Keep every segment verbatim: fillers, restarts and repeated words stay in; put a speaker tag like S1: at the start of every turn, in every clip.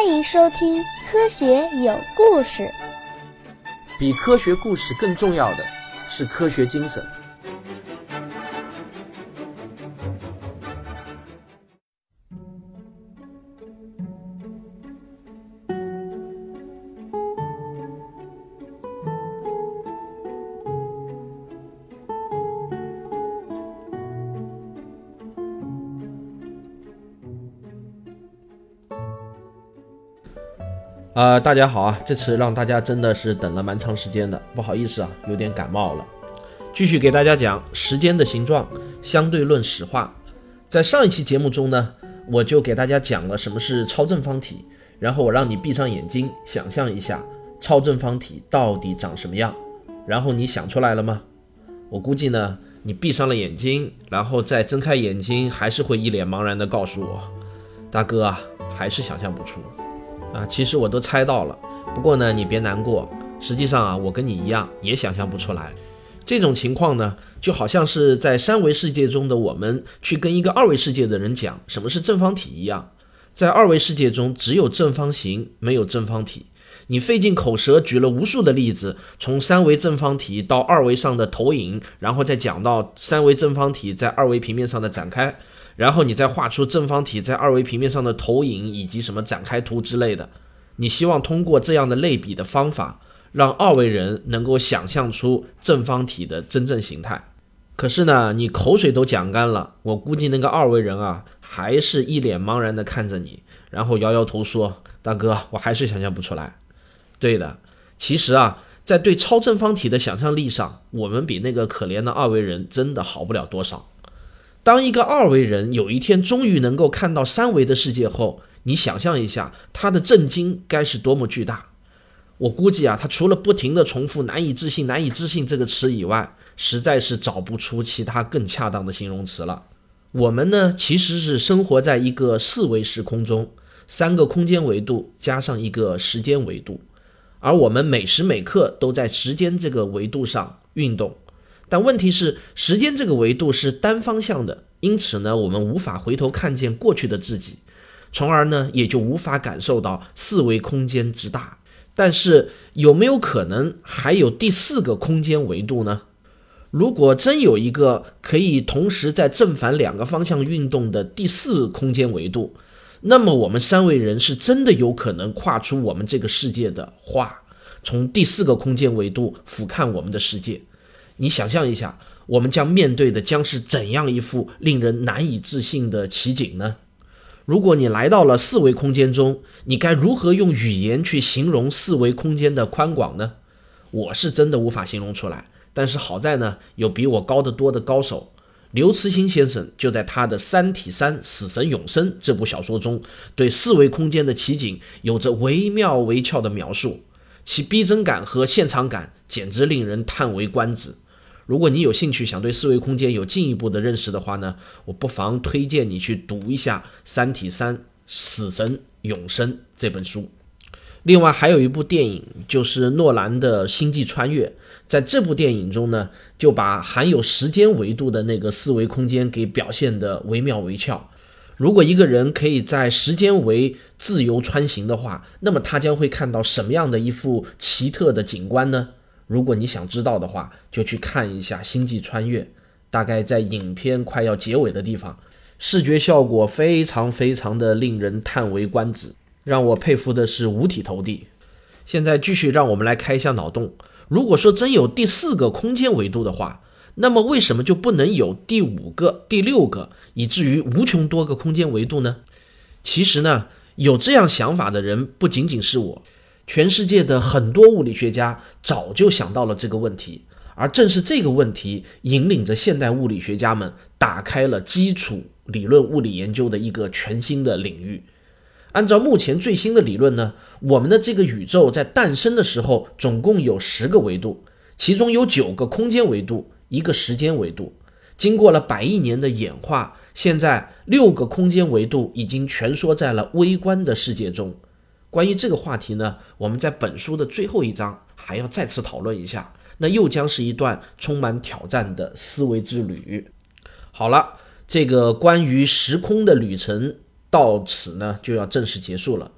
S1: 欢迎收听科学有故事。
S2: 比科学故事更重要的是科学精神。
S3: 呃，大家好啊！这次让大家真的是等了蛮长时间的，不好意思啊，有点感冒了。继续给大家讲时间的形状，相对论史话。在上一期节目中呢，我就给大家讲了什么是超正方体，然后我让你闭上眼睛，想象一下超正方体到底长什么样。然后你想出来了吗？我估计呢，你闭上了眼睛，然后再睁开眼睛，还是会一脸茫然地告诉我，大哥啊，还是想象不出。啊，其实我都猜到了，不过呢，你别难过。实际上啊，我跟你一样，也想象不出来。这种情况呢，就好像是在三维世界中的我们去跟一个二维世界的人讲什么是正方体一样。在二维世界中，只有正方形，没有正方体。你费尽口舌举了无数的例子，从三维正方体到二维上的投影，然后再讲到三维正方体在二维平面上的展开。然后你再画出正方体在二维平面上的投影以及什么展开图之类的，你希望通过这样的类比的方法，让二维人能够想象出正方体的真正形态。可是呢，你口水都讲干了，我估计那个二维人啊，还是一脸茫然地看着你，然后摇摇头说，大哥，我还是想象不出来。对的，其实啊，在对超正方体的想象力上，我们比那个可怜的二维人真的好不了多少。当一个二维人有一天终于能够看到三维的世界后，你想象一下他的震惊该是多么巨大。我估计啊，他除了不停地重复难以置信难以置信这个词以外，实在是找不出其他更恰当的形容词了。我们呢，其实是生活在一个四维时空中，三个空间维度加上一个时间维度，而我们每时每刻都在时间这个维度上运动。但问题是，时间这个维度是单方向的，因此呢，我们无法回头看见过去的自己，从而呢，也就无法感受到四维空间之大。但是有没有可能还有第四个空间维度呢？如果真有一个可以同时在正反两个方向运动的第四空间维度，那么我们三维人是真的有可能跨出我们这个世界的画，从第四个空间维度俯瞰我们的世界。你想象一下，我们将面对的将是怎样一幅令人难以置信的奇景呢？如果你来到了四维空间中，你该如何用语言去形容四维空间的宽广呢？我是真的无法形容出来，但是好在呢，有比我高得多的高手。刘慈欣先生就在他的《三体三死神永生》这部小说中，对四维空间的奇景有着惟妙惟肖的描述，其逼真感和现场感简直令人叹为观止。如果你有兴趣想对四维空间有进一步的认识的话呢，我不妨推荐你去读一下《三体三死神永生》这本书。另外还有一部电影，就是诺兰的《星际穿越》。在这部电影中呢，就把含有时间维度的那个四维空间给表现得惟妙惟肖。如果一个人可以在时间维自由穿行的话，那么他将会看到什么样的一幅奇特的景观呢？如果你想知道的话，就去看一下《星际穿越》，大概在影片快要结尾的地方，视觉效果非常非常的令人叹为观止，让我佩服的是五体投地。现在继续让我们来开一下脑洞，如果说真有第四个空间维度的话，那么为什么就不能有第五个、第六个，以至于无穷多个空间维度呢？其实呢，有这样想法的人不仅仅是我，全世界的很多物理学家早就想到了这个问题，而正是这个问题引领着现代物理学家们打开了基础理论物理研究的一个全新的领域。按照目前最新的理论呢，我们的这个宇宙在诞生的时候总共有十个维度，其中有九个空间维度，一个时间维度。经过了百亿年的演化，现在六个空间维度已经蜷缩在了微观的世界中。关于这个话题呢，我们在本书的最后一章还要再次讨论一下，那又将是一段充满挑战的思维之旅。好了，这个关于时空的旅程到此呢就要正式结束了。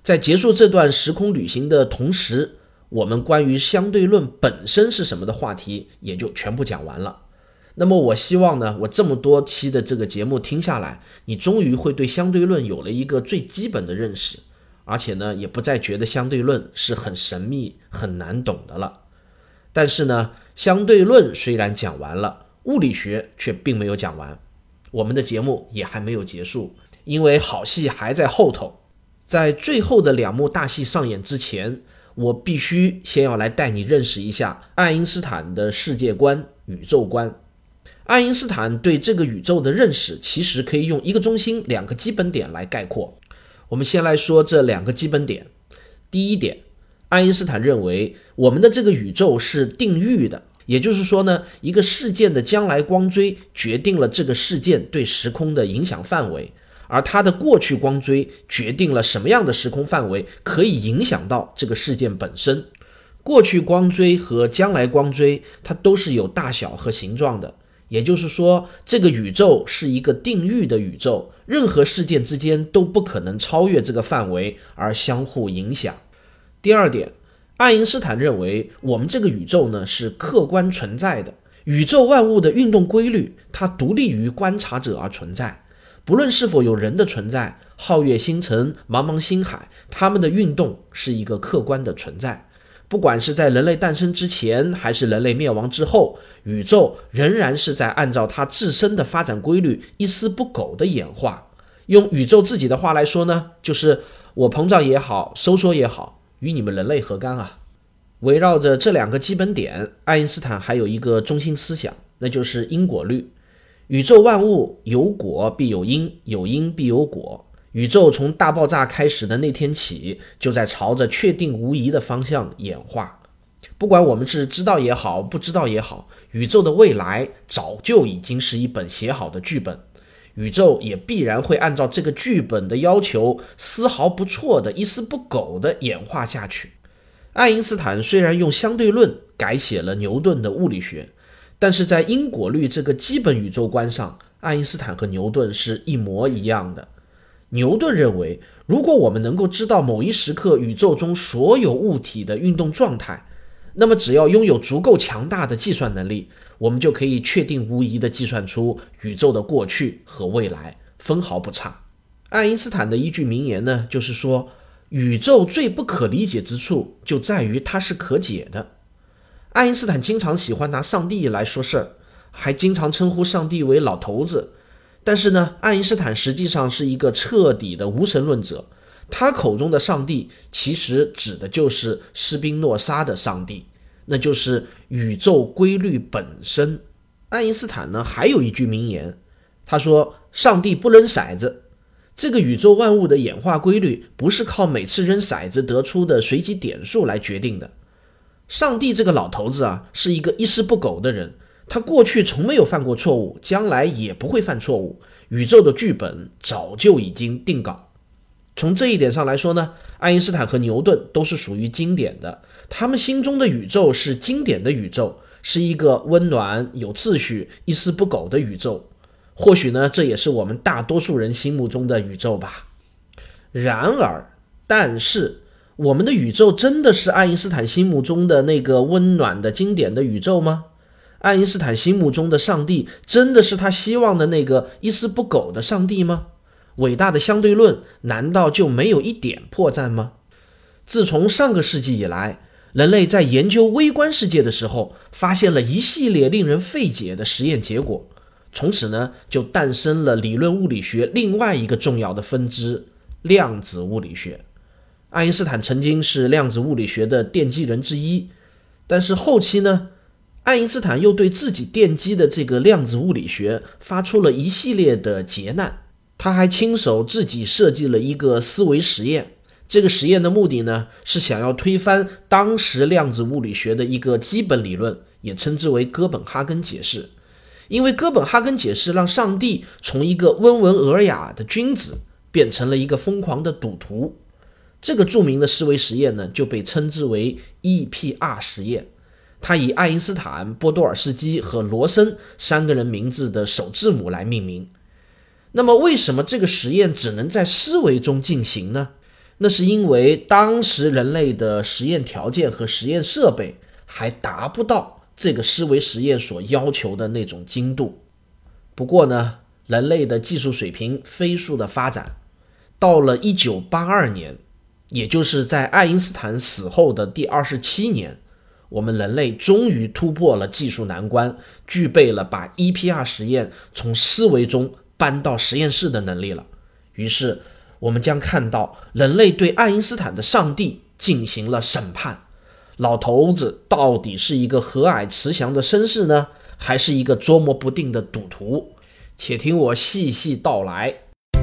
S3: 在结束这段时空旅行的同时，我们关于相对论本身是什么的话题也就全部讲完了。那么我希望呢，我这么多期的这个节目听下来，你终于会对相对论有了一个最基本的认识，而且呢，也不再觉得相对论是很神秘、很难懂的了。但是呢，相对论虽然讲完了，物理学却并没有讲完。我们的节目也还没有结束，因为好戏还在后头。在最后的两幕大戏上演之前，我必须先要来带你认识一下爱因斯坦的世界观、宇宙观。爱因斯坦对这个宇宙的认识其实可以用一个中心、两个基本点来概括。我们先来说这两个基本点。第一点，爱因斯坦认为我们的这个宇宙是定域的，也就是说呢，一个事件的将来光锥决定了这个事件对时空的影响范围，而它的过去光锥决定了什么样的时空范围可以影响到这个事件本身。过去光锥和将来光锥它都是有大小和形状的，也就是说，这个宇宙是一个定域的宇宙，任何事件之间都不可能超越这个范围而相互影响。第二点，爱因斯坦认为我们这个宇宙呢是客观存在的，宇宙万物的运动规律它独立于观察者而存在，不论是否有人的存在，皓月星辰、茫茫星海，它们的运动是一个客观的存在。不管是在人类诞生之前还是人类灭亡之后，宇宙仍然是在按照它自身的发展规律一丝不苟的演化。用宇宙自己的话来说呢，就是我膨胀也好，收缩也好，与你们人类何干啊？围绕着这两个基本点，爱因斯坦还有一个中心思想，那就是因果律。宇宙万物有果必有因，有因必有果。宇宙从大爆炸开始的那天起，就在朝着确定无疑的方向演化。不管我们是知道也好，不知道也好，宇宙的未来早就已经是一本写好的剧本，宇宙也必然会按照这个剧本的要求，丝毫不错的、一丝不苟的演化下去。爱因斯坦虽然用相对论改写了牛顿的物理学，但是在因果律这个基本宇宙观上，爱因斯坦和牛顿是一模一样的。牛顿认为，如果我们能够知道某一时刻宇宙中所有物体的运动状态，那么只要拥有足够强大的计算能力，我们就可以确定无疑地计算出宇宙的过去和未来，分毫不差。爱因斯坦的一句名言呢，就是说，宇宙最不可理解之处就在于它是可解的。爱因斯坦经常喜欢拿上帝来说事儿，还经常称呼上帝为老头子。但是呢，爱因斯坦实际上是一个彻底的无神论者，他口中的上帝其实指的就是斯宾诺莎的上帝，那就是宇宙规律本身。爱因斯坦呢还有一句名言，他说上帝不扔骰子，这个宇宙万物的演化规律不是靠每次扔骰子得出的随机点数来决定的。上帝这个老头子啊，是一个一丝不苟的人，他过去从没有犯过错误，将来也不会犯错误，宇宙的剧本早就已经定稿。从这一点上来说呢，爱因斯坦和牛顿都是属于经典的，他们心中的宇宙是经典的宇宙，是一个温暖、有秩序、一丝不苟的宇宙。或许呢，这也是我们大多数人心目中的宇宙吧。然而，但是，我们的宇宙真的是爱因斯坦心目中的那个温暖的经典的宇宙吗？爱因斯坦心目中的上帝真的是他希望的那个一丝不苟的上帝吗？伟大的相对论难道就没有一点破绽吗？自从上个世纪以来，人类在研究微观世界的时候，发现了一系列令人费解的实验结果，从此呢，就诞生了理论物理学另外一个重要的分支——量子物理学。爱因斯坦曾经是量子物理学的奠基人之一，但是后期呢，爱因斯坦又对自己奠基的这个量子物理学发出了一系列的劫难。他还亲手自己设计了一个思维实验，这个实验的目的呢，是想要推翻当时量子物理学的一个基本理论，也称之为哥本哈根解释。因为哥本哈根解释让上帝从一个温文尔雅的君子变成了一个疯狂的赌徒。这个著名的思维实验呢，就被称之为 E P R 实验。它以爱因斯坦、波多尔斯基和罗森三个人名字的首字母来命名。那么为什么这个实验只能在思维中进行呢？ 那是因为当时人类的实验条件和实验设备还达不到这个思维实验所要求的那种精度。不过呢，人类的技术水平飞速的发展，到了一九八二年，也就是在爱因斯坦死后的第二十七年，我们人类终于突破了技术难关，具备了把 E P R 实验从思维中搬到实验室的能力了。于是我们将看到人类对爱因斯坦的上帝进行了审判。老头子到底是一个和蔼慈祥的绅士呢，还是一个捉摸不定的赌徒？且听我细细道来。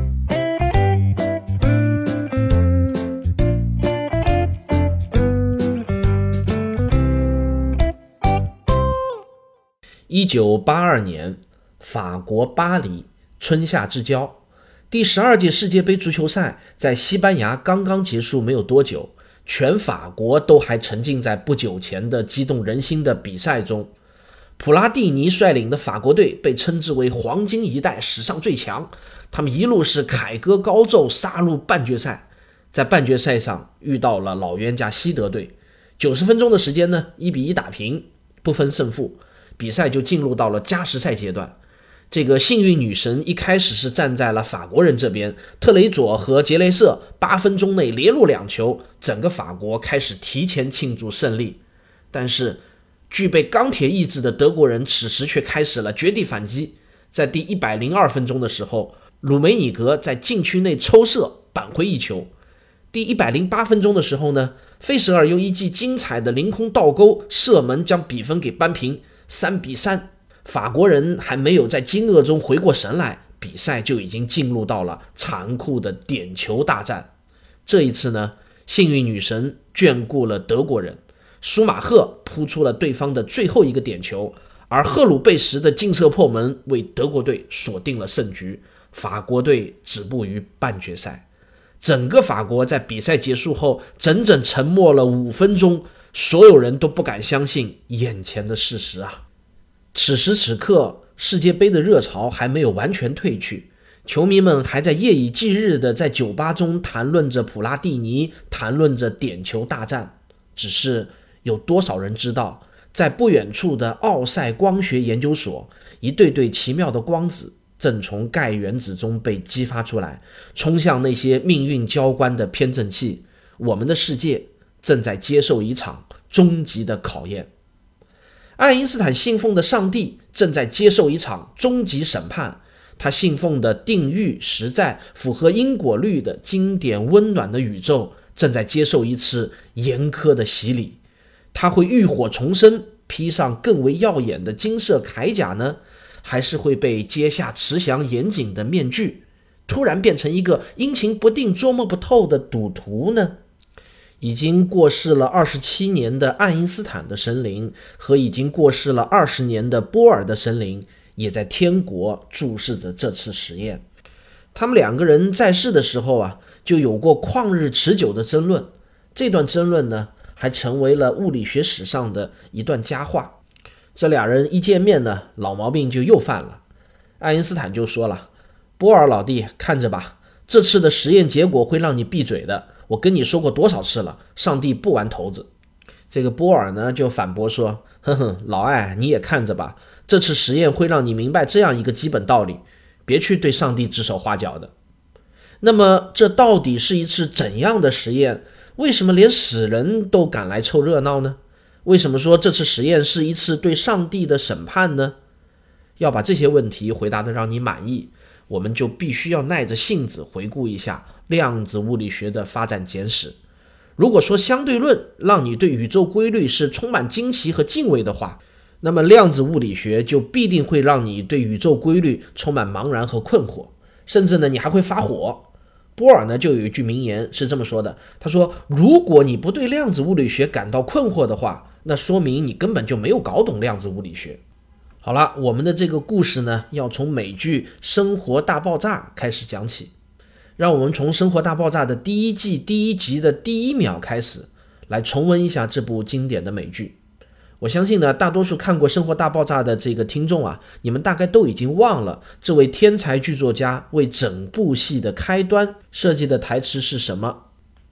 S3: 一九八二年，法国巴黎春夏之交，第十二届世界杯足球赛在西班牙刚刚结束没有多久，全法国都还沉浸在不久前的激动人心的比赛中。普拉蒂尼率领的法国队被称之为黄金一代，史上最强，他们一路是凯歌高奏，杀入半决赛。在半决赛上遇到了老冤家西德队，九十分钟的时间呢，一比一打平，不分胜负，比赛就进入到了加时赛阶段。这个幸运女神一开始是站在了法国人这边，特雷佐和杰雷瑟八分钟内连入两球，整个法国开始提前庆祝胜利。但是具备钢铁意志的德国人此时却开始了绝地反击。在第一百零二分钟的时候，鲁梅尼格在禁区内抽射扳回一球。第一百零八分钟的时候呢，费舍尔用一记精彩的凌空倒钩射门将比分给扳平，三比三。法国人还没有在惊愕中回过神来，比赛就已经进入到了残酷的点球大战。这一次呢，幸运女神眷顾了德国人，舒马赫扑出了对方的最后一个点球，而赫鲁贝什的劲射破门为德国队锁定了胜局，法国队止步于半决赛。整个法国在比赛结束后整整沉默了五分钟，所有人都不敢相信眼前的事实啊！此时此刻，世界杯的热潮还没有完全退去，球迷们还在夜以继日的在酒吧中谈论着普拉蒂尼，谈论着点球大战。只是有多少人知道，在不远处的奥赛光学研究所，一对对奇妙的光子正从钙原子中被激发出来，冲向那些命运交关的偏振器。我们的世界正在接受一场终极的考验。爱因斯坦信奉的上帝正在接受一场终极审判，他信奉的定域实在符合因果律的经典温暖的宇宙正在接受一次严苛的洗礼。他会浴火重生，披上更为耀眼的金色铠甲呢，还是会被揭下慈祥严谨的面具，突然变成一个阴晴不定捉摸不透的赌徒呢？已经过世了二十七年的爱因斯坦的神灵和已经过世了二十年的波尔的神灵也在天国注视着这次实验。他们两个人在世的时候啊，就有过旷日持久的争论，这段争论呢，还成为了物理学史上的一段佳话。这俩人一见面呢，老毛病就又犯了。爱因斯坦就说了，波尔老弟，看着吧，这次的实验结果会让你闭嘴的，我跟你说过多少次了，上帝不玩骰子。这个波尔呢就反驳说，哼哼，老艾你也看着吧，这次实验会让你明白这样一个基本道理，别去对上帝指手画脚的。那么这到底是一次怎样的实验？为什么连死人都赶来凑热闹呢？为什么说这次实验是一次对上帝的审判呢？要把这些问题回答得让你满意，我们就必须要耐着性子回顾一下量子物理学的发展简史。如果说相对论让你对宇宙规律是充满惊奇和敬畏的话，那么量子物理学就必定会让你对宇宙规律充满茫然和困惑，甚至呢你还会发火。波尔呢就有一句名言是这么说的，他说，如果你不对量子物理学感到困惑的话，那说明你根本就没有搞懂量子物理学。好了，我们的这个故事呢，要从美剧《生活大爆炸》开始讲起。让我们从《生活大爆炸》的第一季第一集的第一秒开始，来重温一下这部经典的美剧。我相信呢，大多数看过《生活大爆炸》的这个听众啊，你们大概都已经忘了这位天才剧作家为整部戏的开端设计的台词是什么。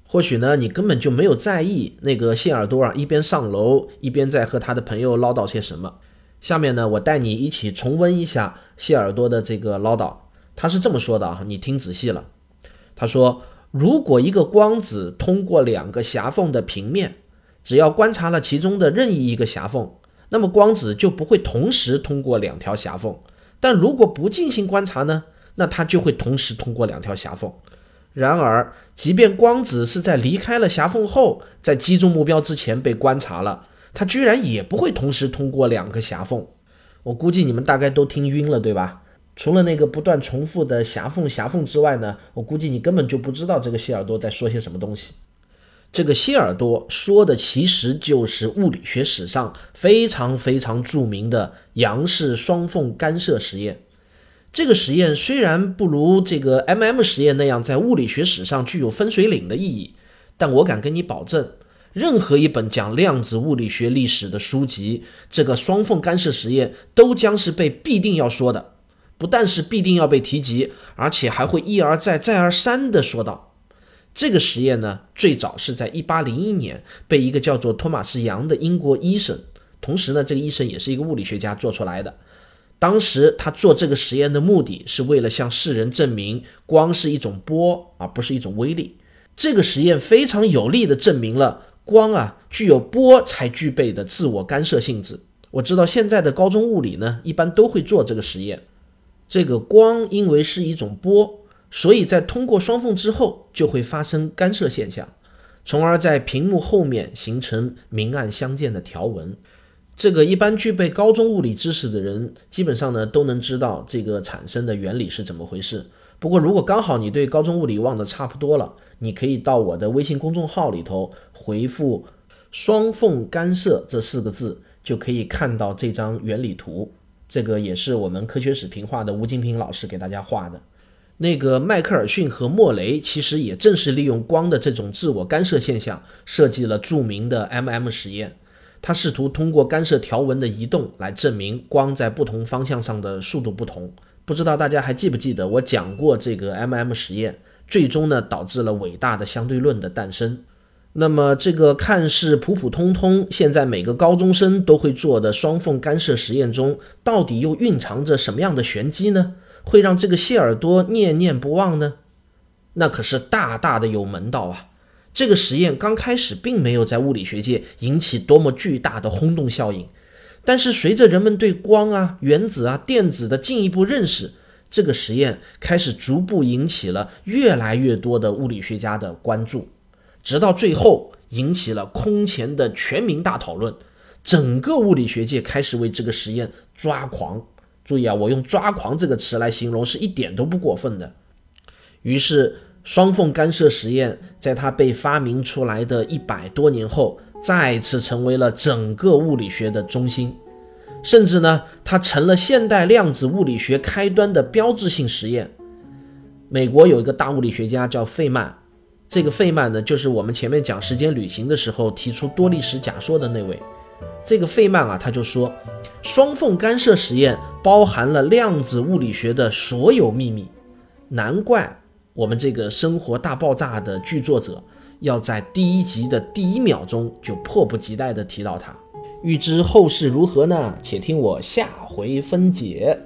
S3: 或许呢，你根本就没有在意那个谢耳朵啊，一边上楼一边在和他的朋友唠叨些什么。下面呢，我带你一起重温一下谢耳朵的这个唠叨。他是这么说的啊，你听仔细了。他说，如果一个光子通过两个狭缝的平面，只要观察了其中的任意一个狭缝，那么光子就不会同时通过两条狭缝。但如果不进行观察呢，那它就会同时通过两条狭缝。然而，即便光子是在离开了狭缝后，在击中目标之前被观察了，它居然也不会同时通过两个狭缝。我估计你们大概都听晕了，对吧？除了那个不断重复的狭缝狭缝之外呢，我估计你根本就不知道这个谢耳朵在说些什么东西。这个谢耳朵说的其实就是物理学史上非常非常著名的杨氏双缝干涉实验。这个实验虽然不如这个 M M 实验那样在物理学史上具有分水岭的意义，但我敢跟你保证，任何一本讲量子物理学历史的书籍，这个双缝干涉实验都将是被必定要说的。不但是必定要被提及，而且还会一而再再而三地说到。这个实验呢，最早是在一八零一年被一个叫做托马斯·杨的英国医生，同时呢，这个医生也是一个物理学家做出来的。当时他做这个实验的目的是为了向世人证明光是一种波，而不是一种微粒。这个实验非常有力地证明了光啊具有波才具备的自我干涉性质。我知道现在的高中物理呢，一般都会做这个实验。这个光因为是一种波，所以在通过双缝之后就会发生干涉现象，从而在屏幕后面形成明暗相间的条纹。这个一般具备高中物理知识的人基本上呢都能知道这个产生的原理是怎么回事。不过如果刚好你对高中物理忘得差不多了，你可以到我的微信公众号里头回复双缝干涉这四个字，就可以看到这张原理图。这个也是我们科学史评话的吴金平老师给大家画的。那个迈克尔逊和莫雷其实也正是利用光的这种自我干涉现象设计了著名的 M M 实验。他试图通过干涉条纹的移动来证明光在不同方向上的速度不同。不知道大家还记不记得我讲过这个 M M 实验，最终呢导致了伟大的相对论的诞生。那么这个看似普普通通，现在每个高中生都会做的双缝干涉实验中，到底又蕴藏着什么样的玄机呢？会让这个谢耳朵念念不忘呢？那可是大大的有门道啊！这个实验刚开始并没有在物理学界引起多么巨大的轰动效应，但是随着人们对光啊、原子啊、电子的进一步认识，这个实验开始逐步引起了越来越多的物理学家的关注。直到最后引起了空前的全民大讨论，整个物理学界开始为这个实验抓狂。注意啊，我用抓狂这个词来形容是一点都不过分的。于是双缝干涉实验在它被发明出来的一百多年后，再次成为了整个物理学的中心。甚至呢，它成了现代量子物理学开端的标志性实验。美国有一个大物理学家叫费曼，这个费曼呢，就是我们前面讲时间旅行的时候提出多利什假说的那位。这个费曼啊，他就说，双缝干涉实验包含了量子物理学的所有秘密，难怪我们这个生活大爆炸的剧作者要在第一集的第一秒钟就迫不及待地提到它。欲知后事如何呢？且听我下回分解。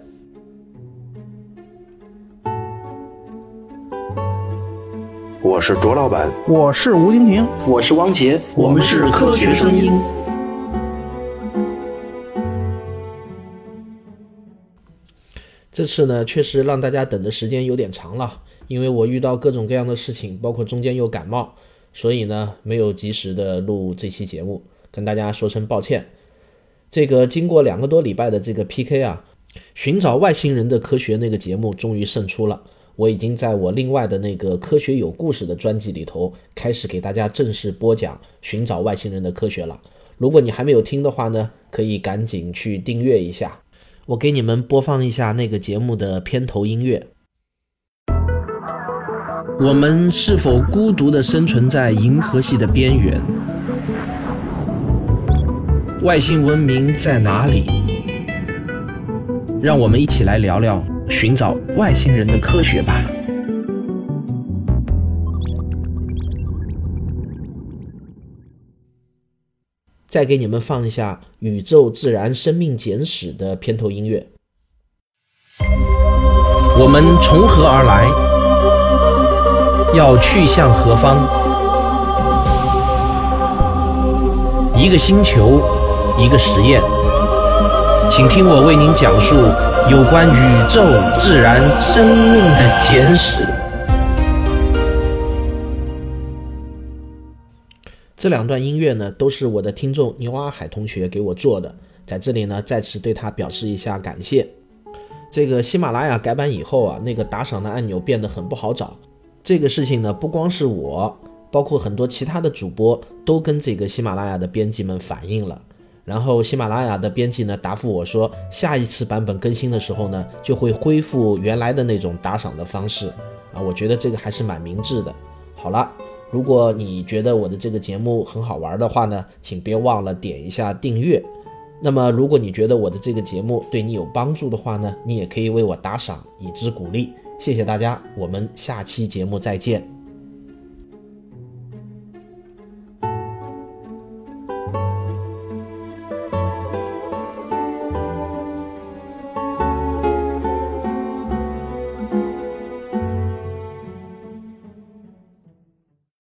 S4: 我是卓老板，
S5: 我是吴金平，
S2: 我是汪杰，我们是科学声音。
S3: 这次呢，确实让大家等的时间有点长了，因为我遇到各种各样的事情，包括中间又感冒，所以呢，没有及时的录这期节目，跟大家说声抱歉。这个经过两个多礼拜的这个 P K 啊，寻找外星人的科学那个节目终于胜出了。我已经在我另外的那个科学有故事的专辑里头开始给大家正式播讲寻找外星人的科学了。如果你还没有听的话呢，可以赶紧去订阅一下。我给你们播放一下那个节目的片头音乐。我们是否孤独地生存在银河系的边缘？外星文明在哪里？让我们一起来聊聊寻找外星人的科学吧。 再给你们放一下《宇宙自然生命简史》的片头音乐。我们从何而来？要去向何方？一个星球，一个实验，请听我为您讲述有关宇宙、自然、生命的简史。这两段音乐呢，都是我的听众牛阿海同学给我做的，在这里呢，再次对他表示一下感谢。这个喜马拉雅改版以后啊，那个打赏的按钮变得很不好找。这个事情呢，不光是我，包括很多其他的主播都跟这个喜马拉雅的编辑们反映了。然后喜马拉雅的编辑呢答复我说，下一次版本更新的时候呢，就会恢复原来的那种打赏的方式啊。我觉得这个还是蛮明智的。好了，如果你觉得我的这个节目很好玩的话呢，请别忘了点一下订阅。那么如果你觉得我的这个节目对你有帮助的话呢，你也可以为我打赏以资鼓励。谢谢大家，我们下期节目再见。